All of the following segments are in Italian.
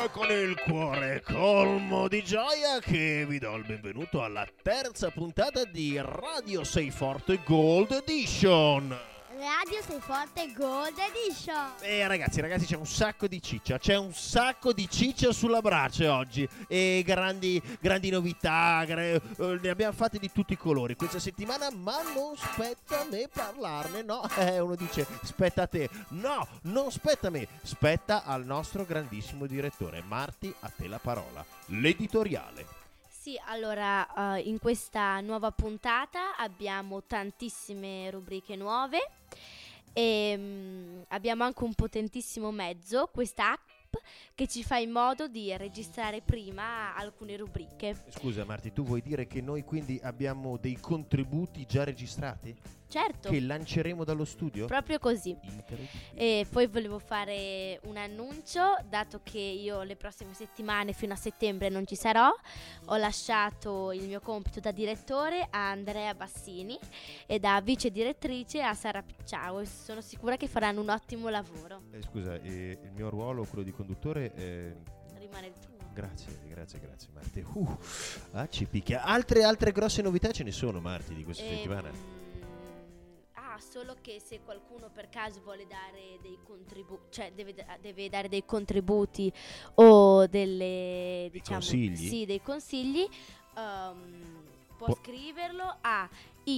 con il cuore colmo di gioia che vi do il benvenuto alla terza puntata di Radio Sei Forte Gold Edition. Radio Sei Forte Gold Edition. Ragazzi, c'è un sacco di ciccia sulla brace oggi. E grandi novità, ne abbiamo fatte di tutti i colori questa settimana, ma non spetta a me parlarne, no? Uno dice, spetta a te. No, non spetta a me, spetta al nostro grandissimo direttore. Marti, a te la parola. L'editoriale. Sì, allora in questa nuova puntata abbiamo tantissime rubriche nuove e abbiamo anche un potentissimo mezzo, questa app che ci fa in modo di registrare prima alcune rubriche. Scusa Marti, tu vuoi dire che noi quindi abbiamo dei contributi già registrati? Certo. Che lanceremo dallo studio? Proprio così. Incredibile. E poi volevo fare un annuncio, dato che io le prossime settimane fino a settembre non ci sarò. Ho lasciato il mio compito da direttore a Andrea Bassini e da vice direttrice a Sara Picciao, e sono sicura che faranno un ottimo lavoro. Scusa, il mio ruolo, quello di conduttore, Rimane il tuo. Grazie Marti. Ci picchia. Altre grosse novità ce ne sono, Marti, di questa settimana? Solo che se qualcuno per caso vuole dare dei contributi, cioè deve dare dei contributi o delle, diciamo, consigli? Sì, dei consigli, può scriverlo a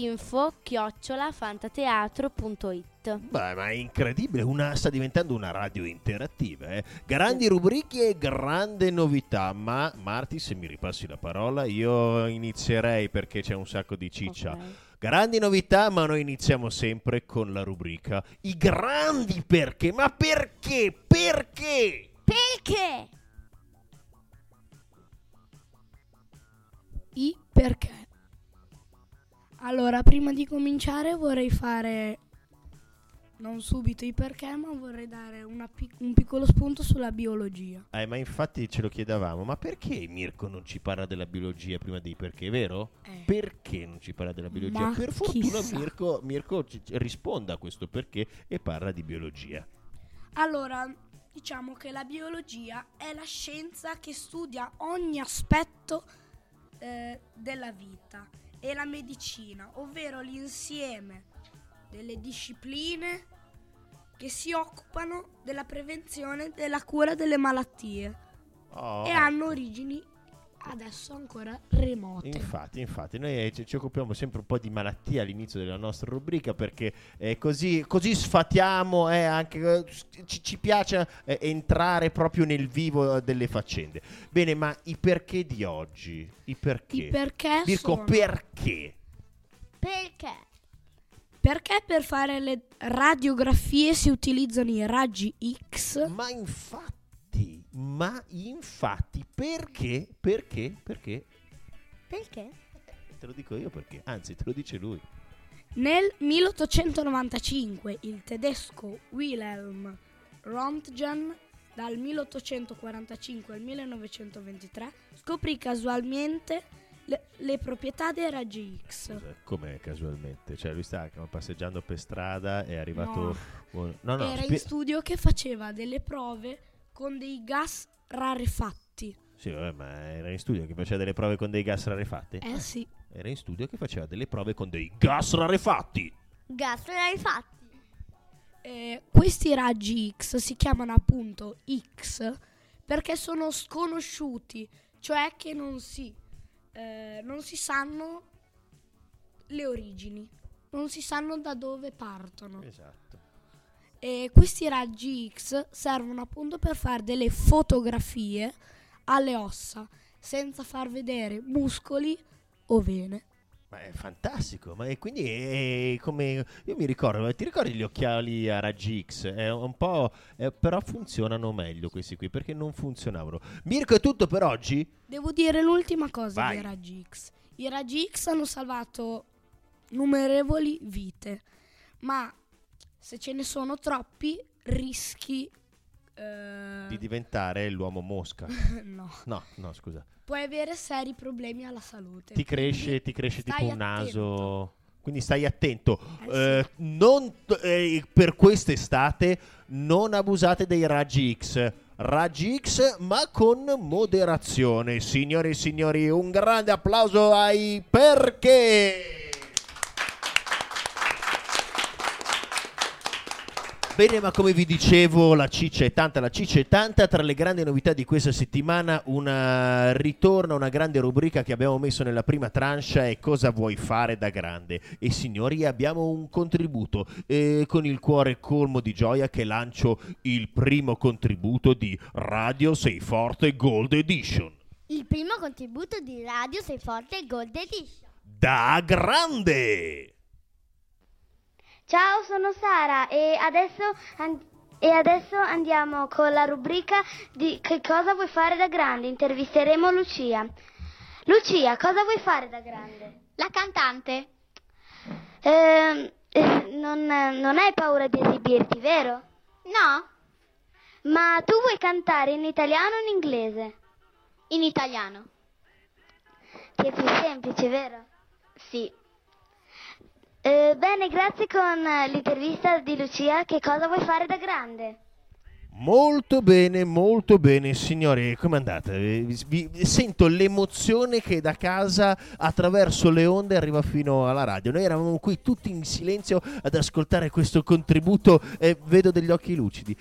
info@fantateatro.it. Beh, ma è incredibile, sta diventando una radio interattiva, Grandi rubriche e grande novità. Ma Marti, se mi ripassi la parola, io inizierei perché c'è un sacco di ciccia. Okay. Grandi novità, ma noi iniziamo sempre con la rubrica I grandi perché. Ma perché? Perché? Perché? I perché. Allora, prima di cominciare vorrei fare, non subito i perché, ma vorrei dare un piccolo spunto sulla biologia. Ma infatti ce lo chiedevamo, ma perché Mirko non ci parla della biologia prima dei perché, vero? Perché non ci parla della biologia? Ma Per fortuna chissà. Mirko risponde a questo perché e parla di biologia. Allora, diciamo che la biologia è la scienza che studia ogni aspetto della vita, e la medicina, ovvero l'insieme delle discipline che si occupano della prevenzione e della cura delle malattie e hanno origini adesso ancora remote. Infatti noi ci occupiamo sempre un po' di malattie all'inizio della nostra rubrica, perché così sfatiamo, anche ci piace entrare proprio nel vivo delle faccende. Bene, ma i perché di oggi? I perché Mirko, sono perché? Perché per fare le radiografie si utilizzano i raggi X? Ma infatti, perché? Perché? Te lo dico io perché, anzi te lo dice lui. Nel 1895 il tedesco Wilhelm Röntgen, dal 1845 al 1923, scoprì casualmente le proprietà dei raggi X. Come casualmente? Cioè lui stava passeggiando per strada, è arrivato... No, era in studio che faceva delle prove con dei gas rarefatti. Sì, vabbè, ma era in studio che faceva delle prove con dei gas rarefatti? Sì. Era in studio che faceva delle prove con dei gas rarefatti. Questi raggi X si chiamano appunto X perché sono sconosciuti, cioè che non si sanno le origini, non si sanno da dove partono. Esatto. E questi raggi X servono appunto per fare delle fotografie alle ossa senza far vedere muscoli o vene. Ma è fantastico, ma quindi è come... Io mi ricordo, ti ricordi gli occhiali a raggi X? È un po'... però funzionano meglio questi qui, perché non funzionavano. Mirko, è tutto per oggi? Devo dire l'ultima cosa Vai. dei raggi X. I raggi X hanno salvato innumerevoli vite, ma se ce ne sono troppi rischi Di diventare l'uomo mosca. no, No, scusa. puoi avere seri problemi alla salute. Ti cresce Quindi tipo stai un naso. attento. Quindi stai attento. Sì. Per quest'estate non abusate dei raggi X. raggi X, ma con moderazione. Signore e signori, un grande applauso ai Perché. Bene, ma come vi dicevo, la ciccia è tanta. Tra le grandi novità di questa settimana, ritorna una grande rubrica che abbiamo messo nella prima tranche, è Cosa vuoi fare da grande? E signori, abbiamo un contributo con il cuore colmo di gioia che lancio il primo contributo di Radio Sei Forte Gold Edition. Il primo contributo di Radio Sei Forte Gold Edition. Da grande! Ciao, sono Sara e adesso andiamo con la rubrica di Che cosa vuoi fare da grande? Intervisteremo Lucia. Lucia, cosa vuoi fare da grande? La cantante. Non hai paura di esibirti, vero? No, Ma tu vuoi cantare in italiano o in inglese? in italiano. Che è più semplice, vero? Sì. Bene, grazie con l'intervista di Lucia. Che cosa vuoi fare da grande? Molto bene, signori. Come andate? Sento l'emozione che da casa attraverso le onde arriva fino alla radio. Noi eravamo qui tutti in silenzio ad ascoltare questo contributo e vedo degli occhi lucidi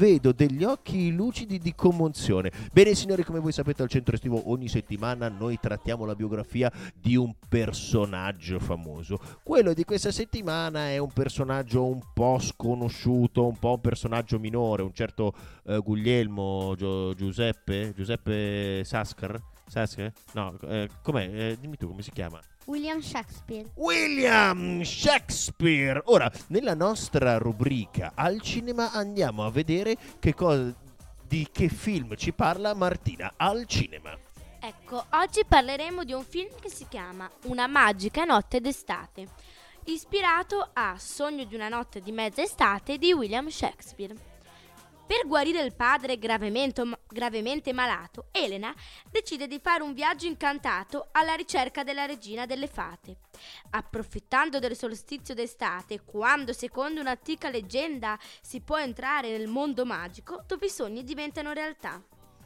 di commozione. Bene, signori, come voi sapete, al centro estivo ogni settimana noi trattiamo la biografia di un personaggio famoso. Quello di questa settimana è un personaggio un po' sconosciuto, un po' un personaggio minore, un certo Guglielmo Giuseppe Sasker? No, com'è? Dimmi tu, come si chiama? William Shakespeare. William Shakespeare. Ora, nella nostra rubrica Al cinema andiamo a vedere di che film ci parla Martina al cinema. Ecco, oggi parleremo di un film che si chiama Una magica notte d'estate, ispirato a Sogno di una notte di mezza estate di William Shakespeare. Per guarire il padre gravemente malato, Elena decide di fare un viaggio incantato alla ricerca della regina delle fate. Approfittando del solstizio d'estate, quando secondo un'antica leggenda si può entrare nel mondo magico dove i sogni diventano realtà.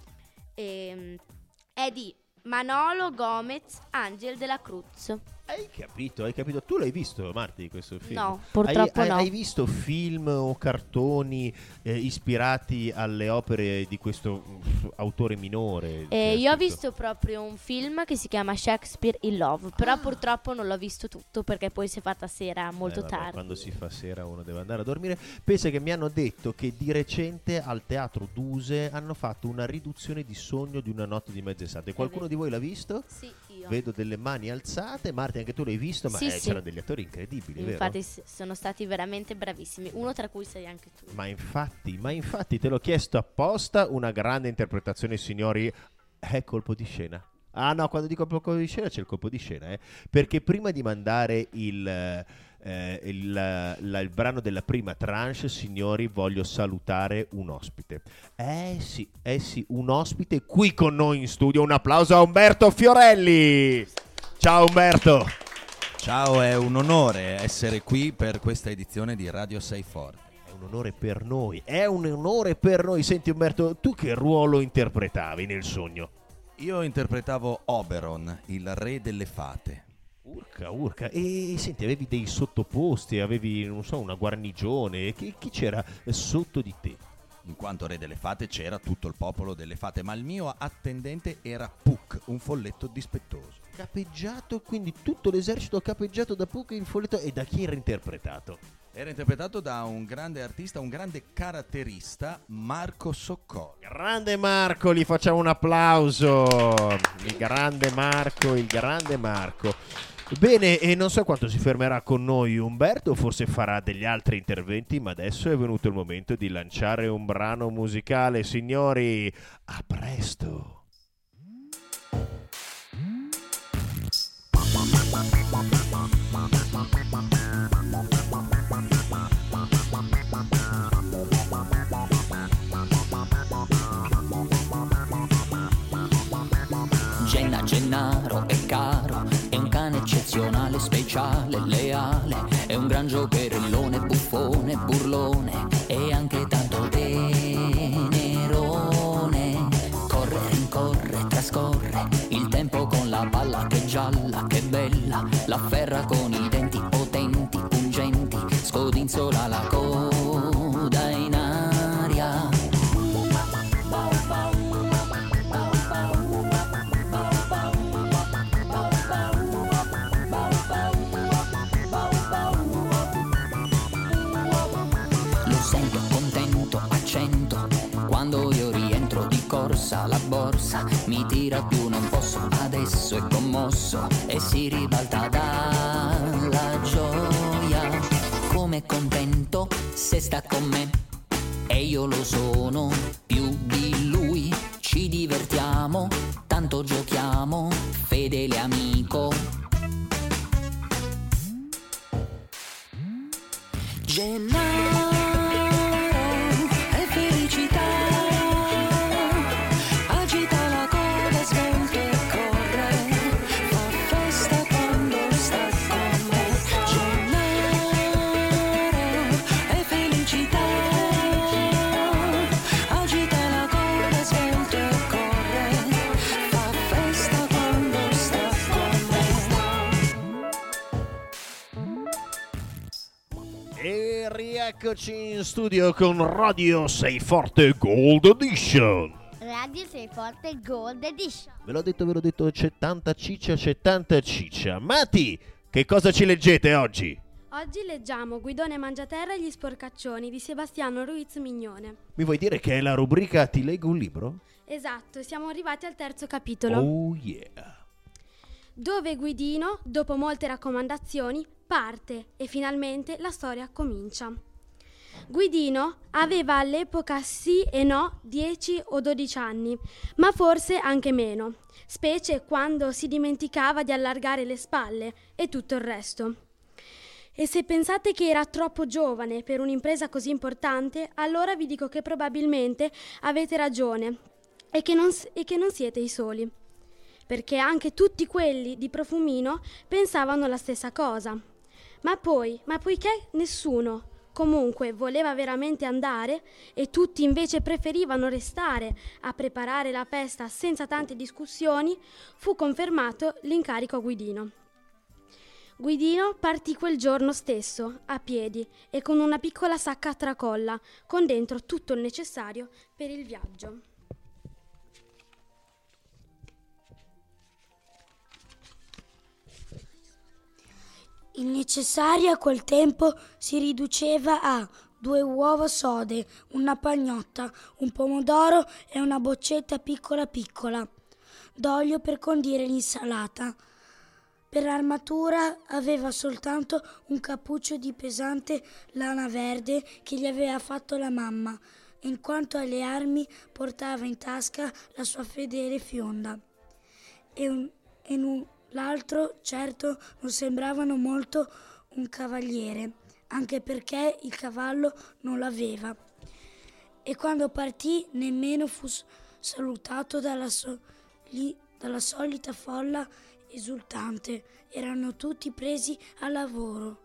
È di Manolo Gomez Angel de la Cruz. Hai capito? Tu l'hai visto, Marti, questo film? No, purtroppo no. Hai visto film o cartoni ispirati alle opere di questo autore minore? Io ho visto proprio un film che si chiama Shakespeare in Love, però purtroppo non l'ho visto tutto perché poi si è fatta sera molto tardi. Quando si fa sera uno deve andare a dormire. Pensa che mi hanno detto che di recente al Teatro Duse hanno fatto una riduzione di Sogno di una notte di mezza estate. Qualcuno di voi l'ha visto? Sì, io. Vedo delle mani alzate. Marti, anche tu l'hai visto, ma Sì. c'erano degli attori incredibili, Infatti vero? sono stati veramente bravissimi, uno tra cui sei anche tu. Ma infatti te l'ho chiesto apposta, una grande interpretazione, signori, è colpo di scena. Ah no, quando dico colpo di scena c'è il colpo di scena, perché prima di mandare il brano della prima tranche, signori, voglio salutare un ospite. Sì, un ospite qui con noi in studio. Un applauso a Umberto Fiorelli. Ciao Umberto. Ciao, è un onore essere qui per questa edizione di Radio Sei Forte. È un onore per noi. Senti Umberto, tu che ruolo interpretavi nel sogno? Io interpretavo Oberon, il re delle fate. Urca. E senti, avevi dei sottoposti, avevi, non so, una guarnigione. Chi c'era sotto di te? In quanto re delle fate c'era tutto il popolo delle fate, ma il mio attendente era Puck, un folletto dispettoso. Capeggiato, quindi tutto l'esercito capeggiato da Puck, il folletto. E da chi era interpretato? Era interpretato da un grande artista, un grande caratterista, Marco Soccoli. Grande Marco, gli facciamo un applauso. Il grande Marco. Bene, e non so quanto si fermerà con noi Umberto, forse farà degli altri interventi, ma adesso è venuto il momento di lanciare un brano musicale. Signori, a presto. Gennaro è caro, è un cane eccezionale, speciale, leale, è un gran giocherellone, buffone, burlone e anche tanto tenerone. l'afferra con i denti potenti, pungenti, scodinzola la coda in aria. Lo sento contento, accento, quando io rientro di corsa, la borsa mi tira più, non posso, adesso è commosso e si ribalta dalla gioia. Come contento se sta con me e io lo sono più di lui. Ci divertiamo, tanto giochiamo, fedele amico. Gennaro è felicità, agita la coda, svolta e corre, fa festa quando sta con me. Gennaro è felicità, agita la coda, svolta e corre, fa festa quando sta con me. E rieccoci in studio con Radio Sei Forte Gold Edition. Radio Sei Forte Gold Edition. Ve l'ho detto, c'è tanta ciccia. Mati, che cosa ci leggete oggi? Oggi leggiamo Guidone Mangiaterra e gli sporcaccioni di Sebastiano Ruiz Mignone. Mi vuoi dire che è la rubrica Ti leggo un libro? Esatto, siamo arrivati al terzo capitolo, Oh yeah. dove Guidino, dopo molte raccomandazioni, parte e finalmente la storia comincia. Guidino aveva all'epoca sì e no 10 o 12 anni, ma forse anche meno, specie quando si dimenticava di allargare le spalle e tutto il resto. E se pensate che era troppo giovane per un'impresa così importante, allora vi dico che probabilmente avete ragione e che non siete i soli, perché anche tutti quelli di Profumino pensavano la stessa cosa. Ma poiché nessuno comunque voleva veramente andare e tutti invece preferivano restare a preparare la festa senza tante discussioni, fu confermato l'incarico a Guidino. Guidino partì quel giorno stesso, a piedi e con una piccola sacca a tracolla, con dentro tutto il necessario per il viaggio. Il necessario a quel tempo si riduceva a 2 uova sode, una pagnotta, un pomodoro e una boccetta piccola d'olio per condire l'insalata. Per armatura aveva soltanto un cappuccio di pesante lana verde che gli aveva fatto la mamma, e in quanto alle armi portava in tasca la sua fedele fionda. L'altro certo non sembravano molto un cavaliere, anche perché il cavallo non l'aveva. E quando partì nemmeno fu salutato dalla solita folla esultante. Erano tutti presi al lavoro.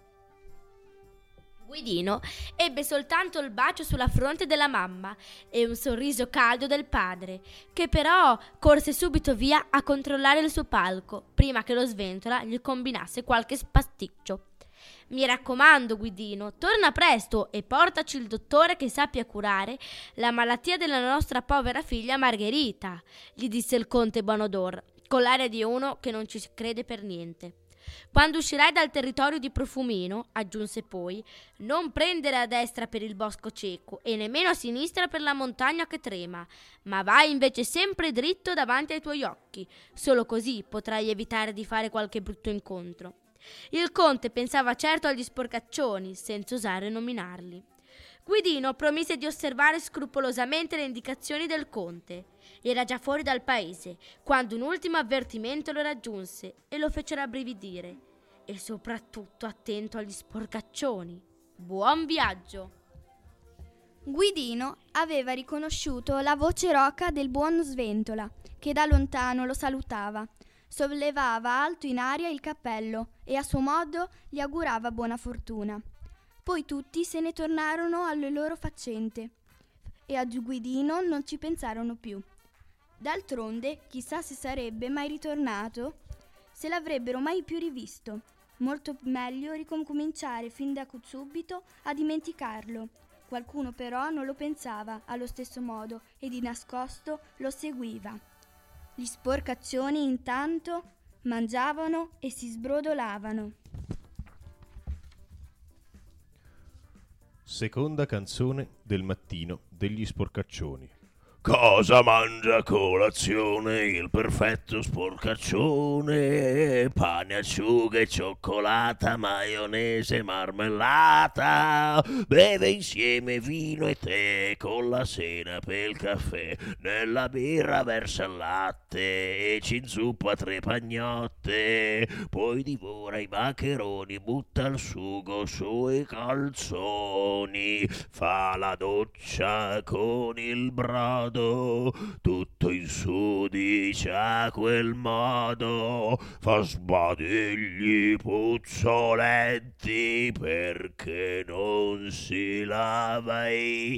Guidino ebbe soltanto il bacio sulla fronte della mamma e un sorriso caldo del padre, che però corse subito via a controllare il suo palco, prima che lo Sventola gli combinasse qualche spasticcio. Mi raccomando, Guidino, torna presto e portaci il dottore che sappia curare la malattia della nostra povera figlia Margherita, gli disse il conte Bonodor, con l'aria di uno che non ci crede per niente. Quando uscirai dal territorio di Profumino, aggiunse poi, non prendere a destra per il bosco cieco e nemmeno a sinistra per la montagna che trema, ma vai invece sempre dritto davanti ai tuoi occhi. Solo così potrai evitare di fare qualche brutto incontro. Il conte pensava certo agli sporcaccioni, senza osare nominarli. Guidino promise di osservare scrupolosamente le indicazioni del conte. Era già fuori dal paese, quando un ultimo avvertimento lo raggiunse e lo fece rabbrividire. E soprattutto attento agli sporcaccioni. Buon viaggio! Guidino aveva riconosciuto la voce roca del buon Sventola, che da lontano lo salutava. Sollevava alto in aria il cappello e a suo modo gli augurava buona fortuna. Poi tutti se ne tornarono alle loro faccende e a Guidino non ci pensarono più. D'altronde, chissà se sarebbe mai ritornato. se l'avrebbero mai più rivisto. Molto meglio ricominciare fin da subito a dimenticarlo. Qualcuno però non lo pensava allo stesso modo e di nascosto lo seguiva. Gli sporcaccioni intanto mangiavano e si sbrodolavano. Seconda canzone del mattino degli sporcaccioni. Cosa mangia a colazione il perfetto sporcaccione? Pane, acciughe, cioccolata, maionese, marmellata. Beve insieme vino e tè con la senape e il caffè. Nella birra versa il latte e ci inzuppa 3 pagnotte. Poi divora i maccheroni, butta il sugo sui calzoni. Fa la doccia con il brodo, tutto in sudice a quel modo, fa sbadigli puzzolenti perché non si lava i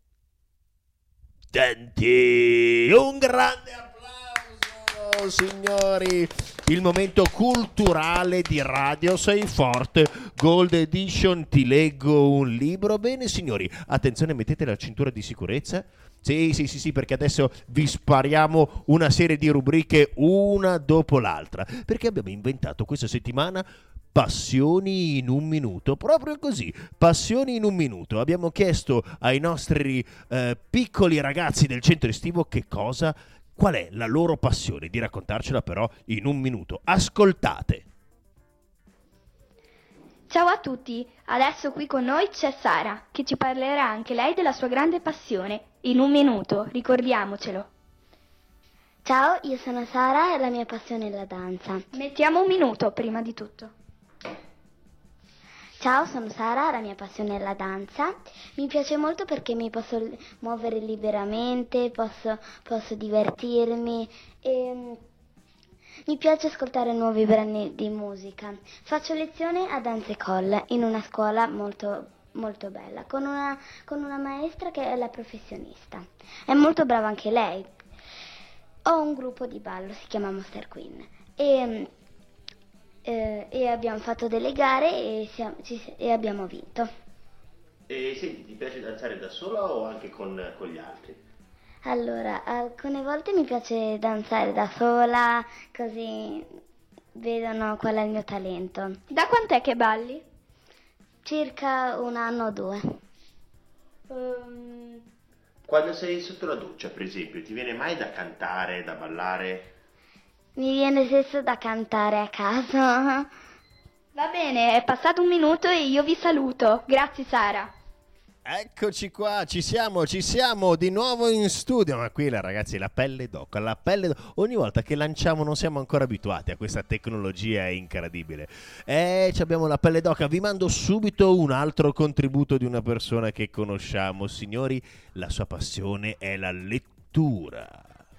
denti. Un grande applauso, signori! Il momento culturale di Radio Sei Forte Gold Edition. Ti leggo un libro. Bene, signori, attenzione, mettete la cintura di sicurezza. Sì, perché adesso vi spariamo una serie di rubriche una dopo l'altra, perché abbiamo inventato questa settimana Passioni in un minuto, proprio così, Passioni in un minuto. Abbiamo chiesto ai nostri piccoli ragazzi del centro estivo qual è la loro passione, di raccontarcela però in un minuto. Ascoltate. Ciao a tutti, adesso qui con noi c'è Sara, che ci parlerà anche lei della sua grande passione, in un minuto, ricordiamocelo. Ciao, io sono Sara e la mia passione è la danza. Mettiamo un minuto prima di tutto. Ciao, sono Sara, la mia passione è la danza. Mi piace molto perché mi posso muovere liberamente, posso divertirmi e mi piace ascoltare nuovi brani di musica. Faccio lezione a Dance Call in una scuola molto, molto bella, con una maestra che è la professionista. È molto brava anche lei. Ho un gruppo di ballo, si chiama Monster Queen. E abbiamo fatto delle gare e abbiamo vinto. E senti, ti piace danzare da sola o anche con gli altri? Allora, alcune volte mi piace danzare da sola, così vedono qual è il mio talento. Da quant'è che balli? Circa 1 anno o 2. Quando sei sotto la doccia, per esempio, ti viene mai da cantare, da ballare? Mi viene spesso da cantare a caso. Va bene, è passato 1 minuto e io vi saluto. Grazie Sara. Eccoci qua, ci siamo di nuovo in studio. Ma qui ragazzi, la pelle d'oca, ogni volta che lanciamo non siamo ancora abituati a questa tecnologia, è incredibile. Abbiamo la pelle d'oca. Vi mando subito un altro contributo di una persona che conosciamo. Signori, la sua passione è la lettura.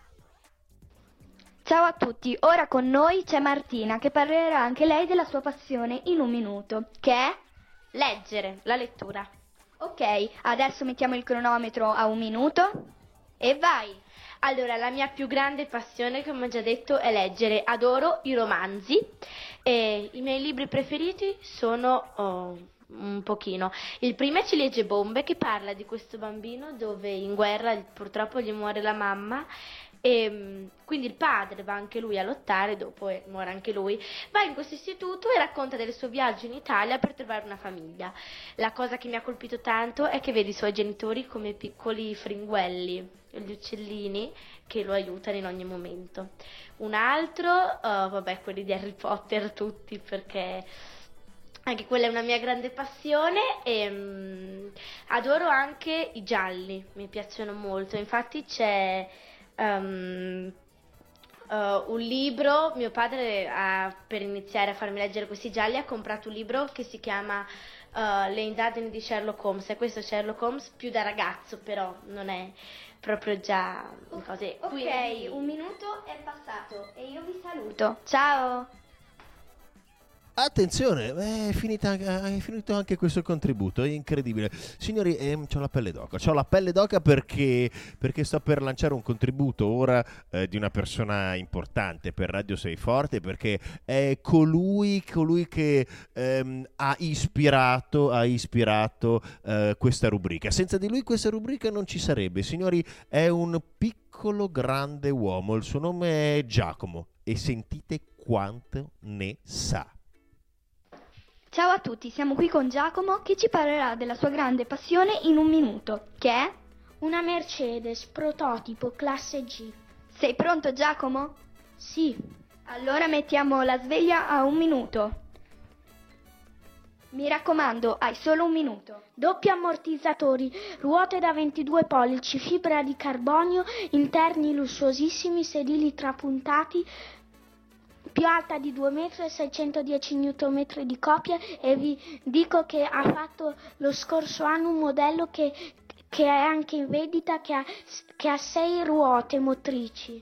Ciao a tutti, ora con noi c'è Martina che parlerà anche lei della sua passione in 1 minuto, che è Leggere, la lettura. Ok, adesso mettiamo il cronometro a 1 minuto e vai! Allora, la mia più grande passione, come ho già detto, è leggere. Adoro i romanzi e i miei libri preferiti sono un pochino. Il primo è Ciliegie Bombe, che parla di questo bambino dove in guerra purtroppo gli muore la mamma. E quindi il padre va anche lui a lottare, dopo muore anche lui, va in questo istituto e racconta del suo viaggio in Italia per trovare una famiglia. La cosa che mi ha colpito tanto è che vedi i suoi genitori come piccoli fringuelli, gli uccellini che lo aiutano in ogni momento. Un altro, quelli di Harry Potter tutti, perché anche quella è una mia grande passione e adoro anche i gialli, mi piacciono molto. Infatti c'è un libro, mio padre per iniziare a farmi leggere questi gialli ha comprato un libro che si chiama Le indagini di Sherlock Holmes, e questo Sherlock Holmes più da ragazzo, però non è proprio già cose. Ok, quindi 1 minuto è passato e io vi saluto. Ciao! Attenzione, è finito anche questo contributo, è incredibile. Signori, c'ho la pelle d'oca perché sto per lanciare un contributo ora di una persona importante per Radio Sei Forte, perché è colui che ha ispirato questa rubrica. Senza di lui questa rubrica non ci sarebbe. Signori, è un piccolo grande uomo, il suo nome è Giacomo e sentite quanto ne sa. Ciao a tutti, siamo qui con Giacomo che ci parlerà della sua grande passione in un minuto, che è una Mercedes prototipo classe G. Sei pronto, Giacomo? Sì. Allora mettiamo la sveglia a 1 minuto. Mi raccomando, hai solo 1 minuto. Doppi ammortizzatori, ruote da 22 pollici, fibra di carbonio, interni lussuosissimi, sedili trapuntati, più alta di 2 metri e 610 Nm di copia, e vi dico che ha fatto lo scorso anno un modello che è anche in vendita, che ha 6 ruote motrici.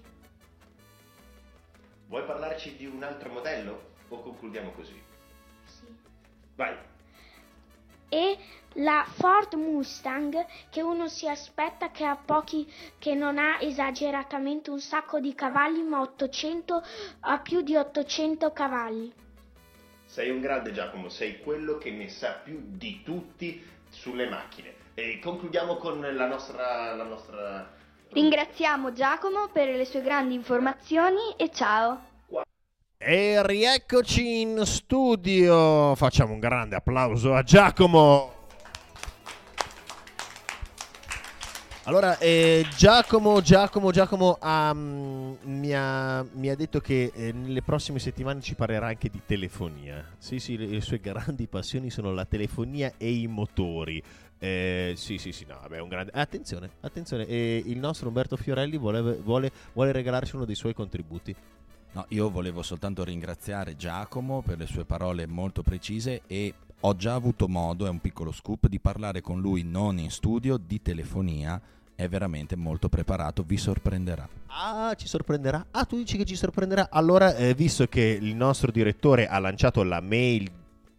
Vuoi parlarci di un altro modello o concludiamo così? Sì. Vai. E la Ford Mustang, che uno si aspetta che non ha esageratamente un sacco di cavalli, ma ha più di 800 cavalli. Sei un grande, Giacomo, sei quello che ne sa più di tutti sulle macchine. E concludiamo con la nostra... Ringraziamo Giacomo per le sue grandi informazioni e ciao. E rieccoci in studio. Facciamo un grande applauso a Giacomo. Allora, Giacomo mi ha detto che nelle prossime settimane ci parlerà anche di telefonia. Sì, le sue grandi passioni sono la telefonia e i motori. Sì, no, vabbè, un grande... Attenzione, il nostro Umberto Fiorelli vuole regalarci uno dei suoi contributi. No, io volevo soltanto ringraziare Giacomo per le sue parole molto precise e ho già avuto modo, è un piccolo scoop, di parlare con lui non in studio, di telefonia. È veramente molto preparato, vi sorprenderà. Ah, ci sorprenderà? Ah, tu dici che ci sorprenderà? Allora, visto che il nostro direttore ha lanciato la mail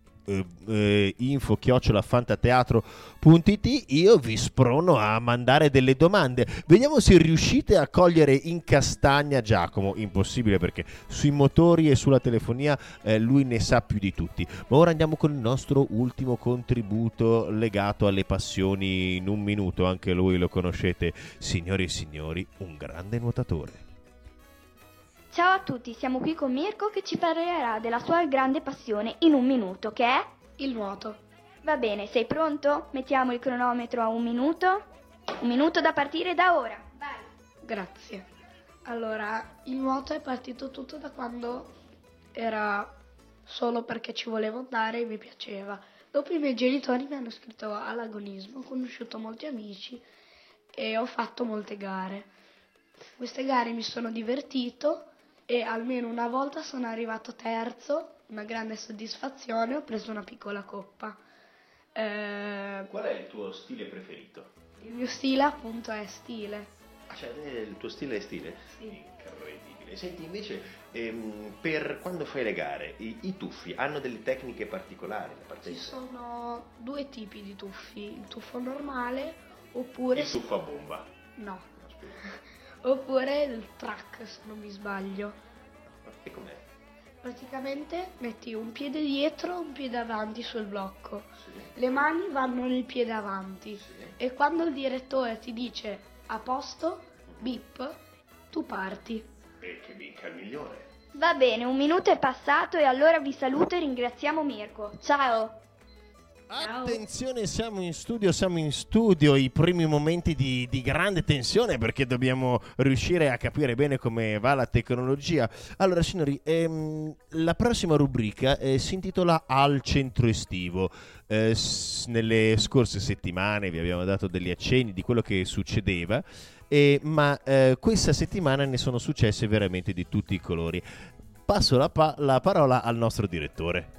info@fantateatro.it, io vi sprono a mandare delle domande. Vediamo se riuscite a cogliere in castagna Giacomo. Impossibile, perché sui motori e sulla telefonia lui ne sa più di tutti. Ma ora andiamo con il nostro ultimo contributo legato alle passioni in un minuto. Anche lui lo conoscete, signori e signori, un grande nuotatore. Ciao a tutti, siamo qui con Mirko che ci parlerà della sua grande passione in 1 minuto, che è il nuoto. Va bene, sei pronto? Mettiamo il cronometro a 1 minuto. 1 minuto da partire da ora. Vai. Grazie. Allora, il nuoto è partito tutto da quando era solo perché ci volevo andare e mi piaceva. Dopo i miei genitori mi hanno iscritto all'agonismo, ho conosciuto molti amici e ho fatto molte gare. Queste gare mi sono divertito e almeno una volta sono arrivato terzo, una grande soddisfazione, ho preso una piccola coppa. Qual è il tuo stile preferito? Il mio stile appunto è stile. Cioè, il tuo stile è stile? Sì. Incredibile. Senti, invece, per quando fai le gare, i tuffi hanno delle tecniche particolari? Ci sono 2 tipi di tuffi, il tuffo normale oppure... Il tuffo a bomba? No. Oppure il track, se non mi sbaglio. E com'è? Praticamente metti un piede dietro, un piede avanti sul blocco. Sì. Le mani vanno nel piede avanti. Sì. E quando il direttore ti dice a posto, bip, tu parti. E che vinca il migliore. Va bene, 1 minuto è passato e allora vi saluto e ringraziamo Mirko. Ciao! Attenzione, siamo in studio, i primi momenti di grande tensione, perché dobbiamo riuscire a capire bene come va la tecnologia. Allora signori, la prossima rubrica si intitola Al centro estivo. Nelle scorse settimane vi abbiamo dato degli accenni di quello che succedeva, ma questa settimana ne sono successe veramente di tutti i colori. Passo la parola al nostro direttore.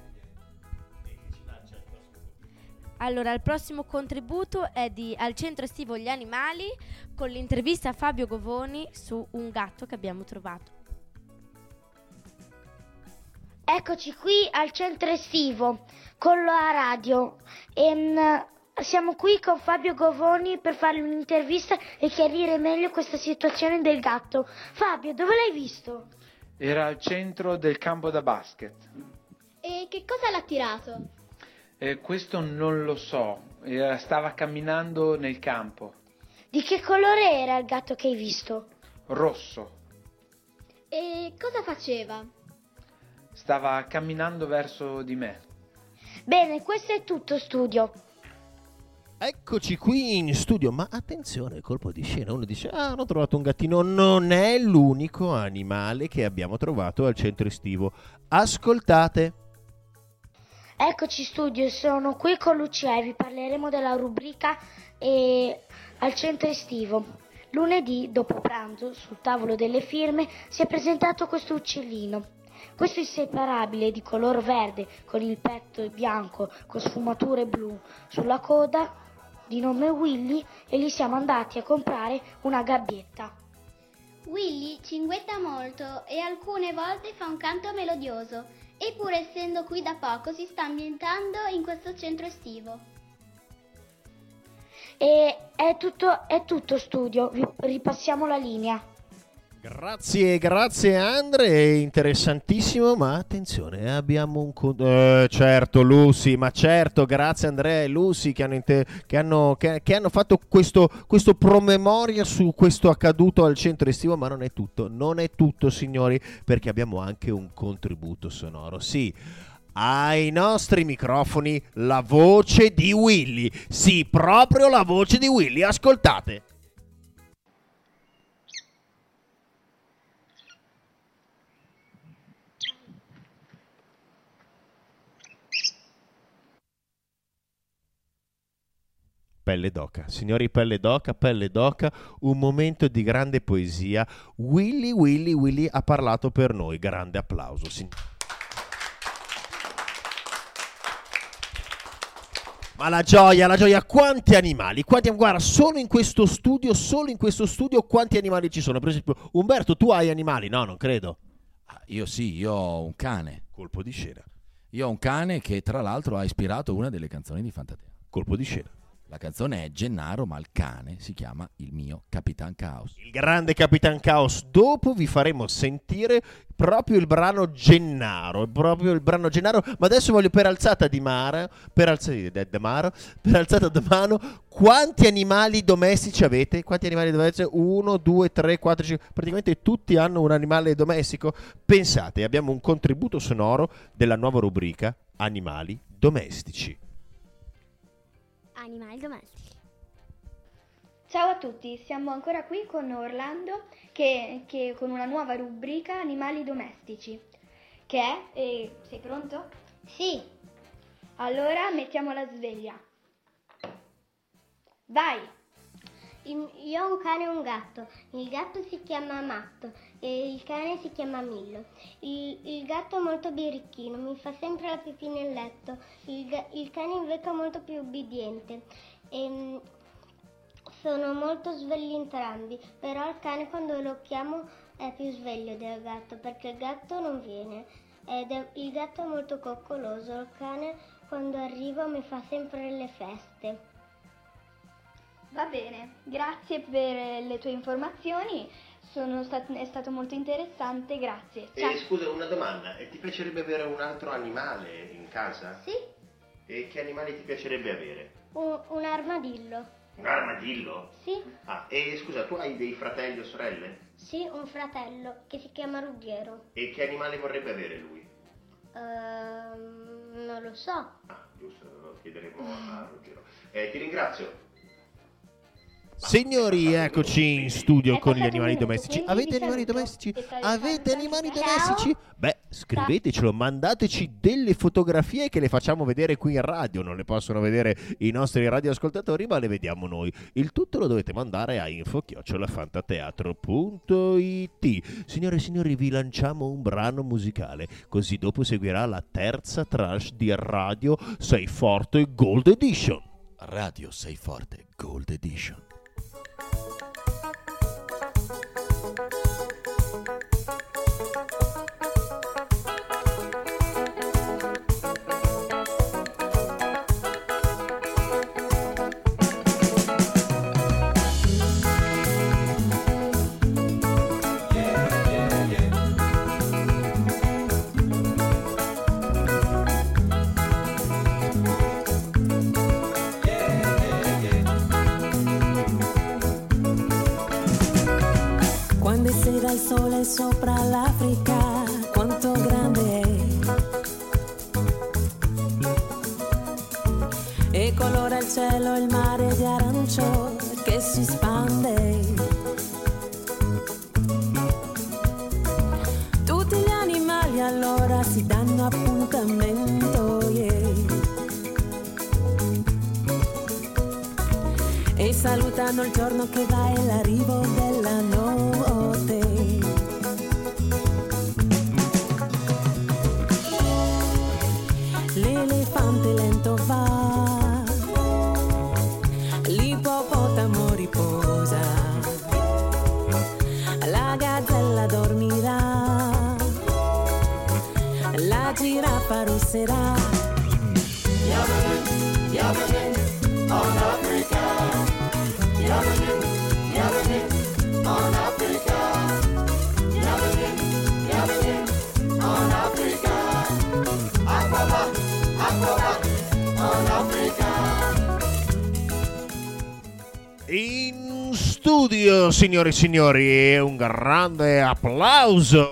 Allora, il prossimo contributo è di Al centro estivo gli animali, con l'intervista a Fabio Govoni su un gatto che abbiamo trovato. Eccoci qui al centro estivo con la radio. Siamo qui con Fabio Govoni per fare un'intervista e chiarire meglio questa situazione del gatto. Fabio, dove l'hai visto? Era al centro del campo da basket. E che cosa l'ha tirato? Questo non lo so, stava camminando nel campo. Di che colore era il gatto che hai visto? Rosso. E cosa faceva? Stava camminando verso di me. Bene, questo è tutto, studio. Eccoci qui in studio, ma attenzione, colpo di scena, uno dice hanno trovato un gattino, non è l'unico animale che abbiamo trovato al centro estivo. Ascoltate. Eccoci studio, sono qui con Lucia e vi parleremo della rubrica al centro estivo. Lunedì, dopo pranzo, sul tavolo delle firme, si è presentato questo uccellino. Questo inseparabile di color verde, con il petto bianco, con sfumature blu sulla coda, di nome Willy, e gli siamo andati a comprare una gabbietta. Willy cinguetta molto e alcune volte fa un canto melodioso, eppure essendo qui da poco si sta ambientando in questo centro estivo. E è tutto studio, ripassiamo la linea. Grazie Andre, interessantissimo, ma attenzione, abbiamo un certo Lucy, ma certo, grazie Andrea e Lucy che hanno fatto questo promemoria su questo accaduto al centro estivo, ma non è tutto signori, perché abbiamo anche un contributo sonoro, sì. Ai nostri microfoni la voce di Willy, sì, proprio la voce di Willy, ascoltate. Pelle d'oca, signori, pelle d'oca, un momento di grande poesia. Willy ha parlato per noi, grande applauso. Ma la gioia, quanti animali, guarda, solo in questo studio, quanti animali ci sono? Per esempio, Umberto, tu hai animali? No, non credo. Io sì, io ho un cane. Colpo di scena. Io ho un cane che tra l'altro ha ispirato una delle canzoni di Fantatea. Colpo di scena. La canzone è Gennaro, ma il cane si chiama il mio Capitan Caos. Il grande Capitan Caos. Dopo vi faremo sentire proprio il brano Gennaro, ma adesso voglio per alzata di mano, quanti animali domestici avete? Quanti animali domestici? 1, 2, 3, 4, 5, praticamente tutti hanno un animale domestico. Pensate, abbiamo un contributo sonoro della nuova rubrica Animali domestici. Animali domestici. Ciao a tutti, siamo ancora qui con Orlando che con una nuova rubrica Animali domestici. Che è? Sei pronto? Sì. Allora mettiamo la sveglia. Vai! Io ho un cane e un gatto. Il gatto si chiama Matto e il cane si chiama Millo. Il gatto è molto birichino, mi fa sempre la pipì nel letto. Il cane invece è molto più ubbidiente. Sono molto svegli entrambi, però il cane quando lo chiamo è più sveglio del gatto, perché il gatto non viene. Il gatto è molto coccoloso, il cane quando arriva mi fa sempre le feste. Va bene, grazie per le tue informazioni, è stato molto interessante, grazie. Ciao. Scusa, una domanda, ti piacerebbe avere un altro animale in casa? Sì. E che animale ti piacerebbe avere? Un armadillo. Un armadillo? Sì. Ah, e scusa, tu hai dei fratelli o sorelle? Sì, un fratello che si chiama Ruggero. E che animale vorrebbe avere lui? Non lo so. Ah, giusto, lo chiederemo a Ruggero. Ti ringrazio. Signori, eccoci in studio con gli animali domestici. Avete animali domestici? Avete animali domestici? Beh, scrivetecelo, mandateci delle fotografie che le facciamo vedere qui in radio. Non le possono vedere i nostri radioascoltatori, ma le vediamo noi. Il tutto lo dovete mandare a info@fantateatro.it. Signore e signori, vi lanciamo un brano musicale, così dopo seguirà la terza tranche di Radio Sei Forte Gold Edition. Radio Sei Forte Gold Edition. sole sopra l'Africa, quanto grande è. E colora il cielo il mare di arancio che si spande. Tutti gli animali allora si danno appuntamento, yeah. E salutano il giorno che va e l'arrivo della notte. L'elefante lento va, l'ippopotamo riposa, la gazzella dormirà, la giraffa russerà. Yabanin, yabanin, on Africa. Yabanin, yabanin, on Africa. Yabanin, yabanin, on Africa. Aquaba, aquaba, on Africa. In studio, signore e signori, un grande applauso.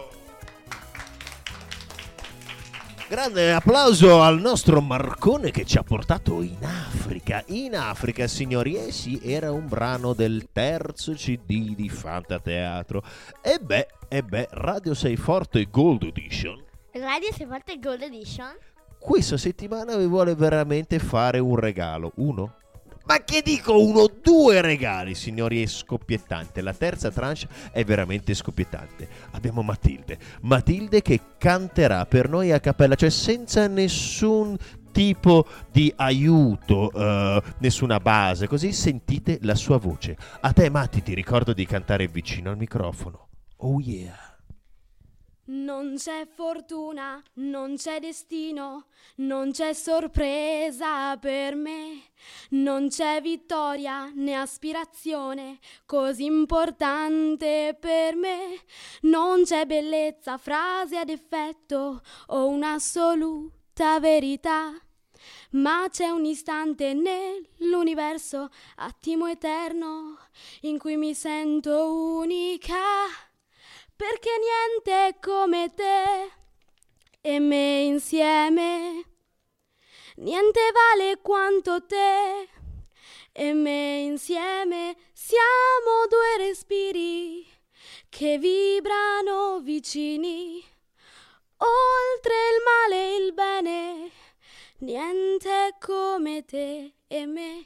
Grande applauso al nostro Marcone che ci ha portato in Africa. In Africa, signori, sì, era un brano del terzo CD di Fantateatro. E beh, Radio 6 Forte Gold Edition. Radio 6 Forte Gold Edition? Questa settimana vi vuole veramente fare un regalo. Uno? Ma che dico uno? Due regali, signori, è scoppiettante. La terza tranche è veramente scoppiettante. Abbiamo Matilde che canterà per noi a cappella, cioè senza nessun tipo di aiuto, nessuna base, così sentite la sua voce. A te, Matti, ti ricordo di cantare vicino al microfono. Oh yeah. Non c'è fortuna, non c'è destino, non c'è sorpresa per me, non c'è vittoria né aspirazione così importante per me, non c'è bellezza, frase ad effetto o un'assoluta verità, ma c'è un istante nell'universo, attimo eterno, in cui mi sento unica. Perché niente è come te e me insieme, niente vale quanto te e me insieme, siamo due respiri che vibrano vicini, oltre il male e il bene, niente è come te e me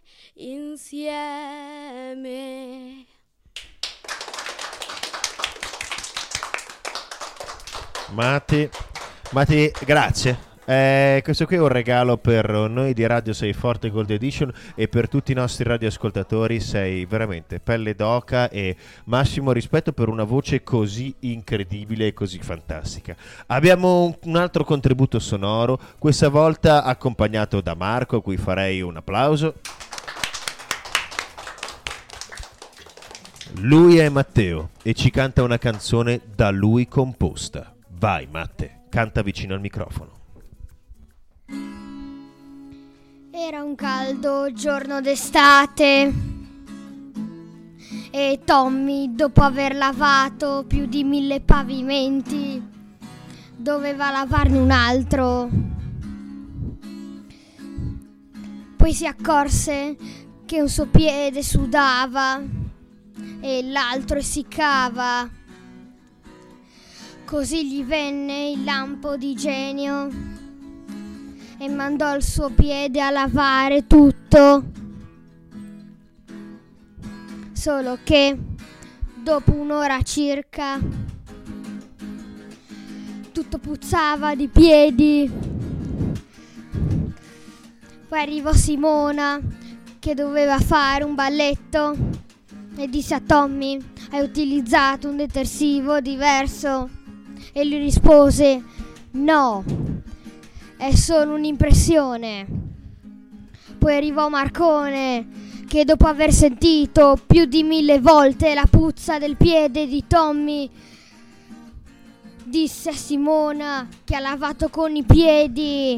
insieme. Matti, grazie. Questo qui è un regalo per noi di Radio 6 Forte Gold Edition e per tutti i nostri radioascoltatori. Sei veramente pelle d'oca e massimo rispetto per una voce così incredibile e così fantastica. Abbiamo un altro contributo sonoro, questa volta accompagnato da Marco, a cui farei un applauso. Lui è Matteo e ci canta una canzone da lui composta. Vai Matte, canta vicino al microfono. Era un caldo giorno d'estate e Tommy, dopo aver lavato più di 1000 pavimenti, doveva lavarne un altro. Poi si accorse che un suo piede sudava e l'altro essiccava. Così gli venne il lampo di genio e mandò il suo piede a lavare tutto. Solo che dopo un'ora circa tutto puzzava di piedi. Poi arrivò Simona che doveva fare un balletto e disse a Tommy: hai utilizzato un detersivo diverso? E lui rispose: no, è solo un'impressione. Poi arrivò Marcone che dopo aver sentito più di 1000 volte la puzza del piede di Tommy disse a Simona che ha lavato con i piedi.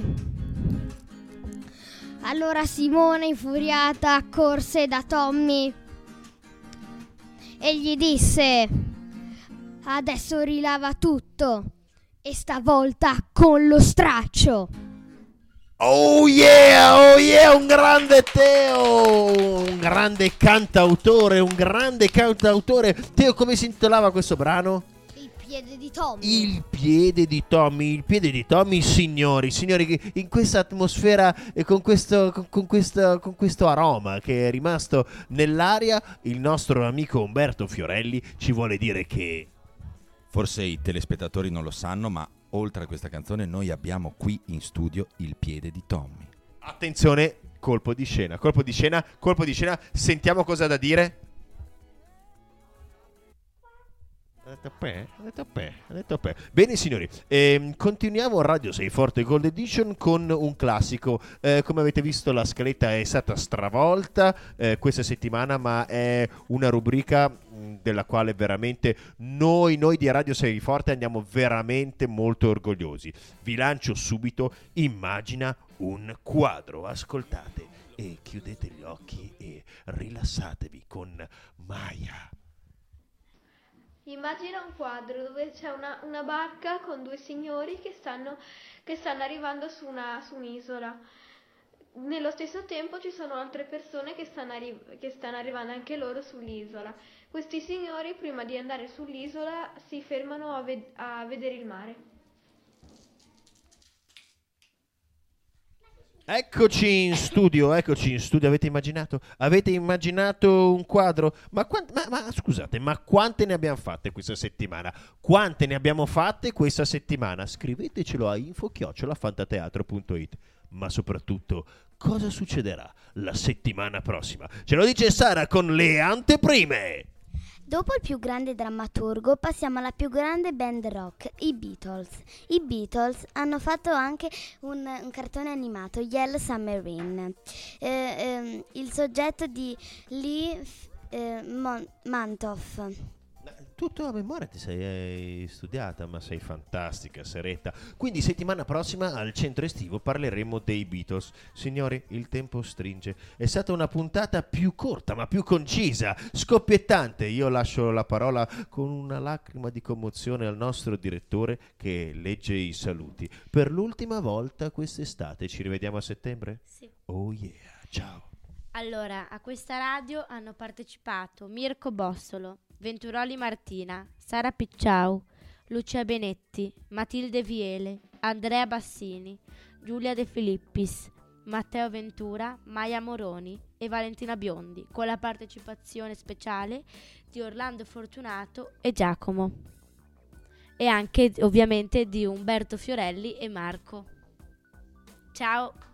Allora Simona, infuriata, accorse da Tommy e gli disse: Adesso rilava tutto. E stavolta con lo straccio. Oh yeah, un grande Teo, un grande cantautore. Teo, come si intitolava questo brano? Il piede di Tommy. Il piede di Tommy, signori, che in questa atmosfera e con questo aroma che è rimasto nell'aria, il nostro amico Umberto Fiorelli ci vuole dire che... Forse i telespettatori non lo sanno, ma oltre a questa canzone noi abbiamo qui in studio il piede di Tommy. Attenzione, colpo di scena, sentiamo cosa ha da dire. Ha detto pe. Bene signori, continuiamo Radio 6 Forte Gold Edition con un classico. Come avete visto, la scaletta è stata stravolta questa settimana, ma è una rubrica della quale veramente noi di Radio 6 Forte andiamo veramente molto orgogliosi. Vi lancio subito Immagina un quadro. Ascoltate e chiudete gli occhi e rilassatevi con Maya. Immagina un quadro dove c'è una barca con due signori che stanno arrivando su un'isola. Nello stesso tempo ci sono altre persone che stanno arrivando anche loro sull'isola. Questi signori, prima di andare sull'isola, si fermano a vedere il mare. Eccoci in studio. Avete immaginato un quadro? Ma scusate, ma quante ne abbiamo fatte questa settimana? Scrivetecelo a info@fantateatro.it. Ma soprattutto, cosa succederà la settimana prossima? Ce lo dice Sara con le anteprime. Dopo il più grande drammaturgo passiamo alla più grande band rock, i Beatles. I Beatles hanno fatto anche un cartone animato, Yellow Submarine. Il soggetto di Lee Mantoff. Tutto a memoria ti sei studiata, ma sei fantastica, Seretta. Quindi settimana prossima al centro estivo parleremo dei Beatles. Signori, il tempo stringe. È stata una puntata più corta, ma più concisa, scoppiettante. Io lascio la parola con una lacrima di commozione al nostro direttore che legge i saluti. Per l'ultima volta quest'estate. Ci rivediamo a settembre? Sì. Oh yeah, ciao. Allora, a questa radio hanno partecipato Mirko Bossolo, Venturoli Martina, Sara Picciau, Lucia Benetti, Matilde Viele, Andrea Bassini, Giulia De Filippis, Matteo Ventura, Maya Moroni e Valentina Biondi, con la partecipazione speciale di Orlando Fortunato e Giacomo. E anche ovviamente di Umberto Fiorelli e Marco. Ciao!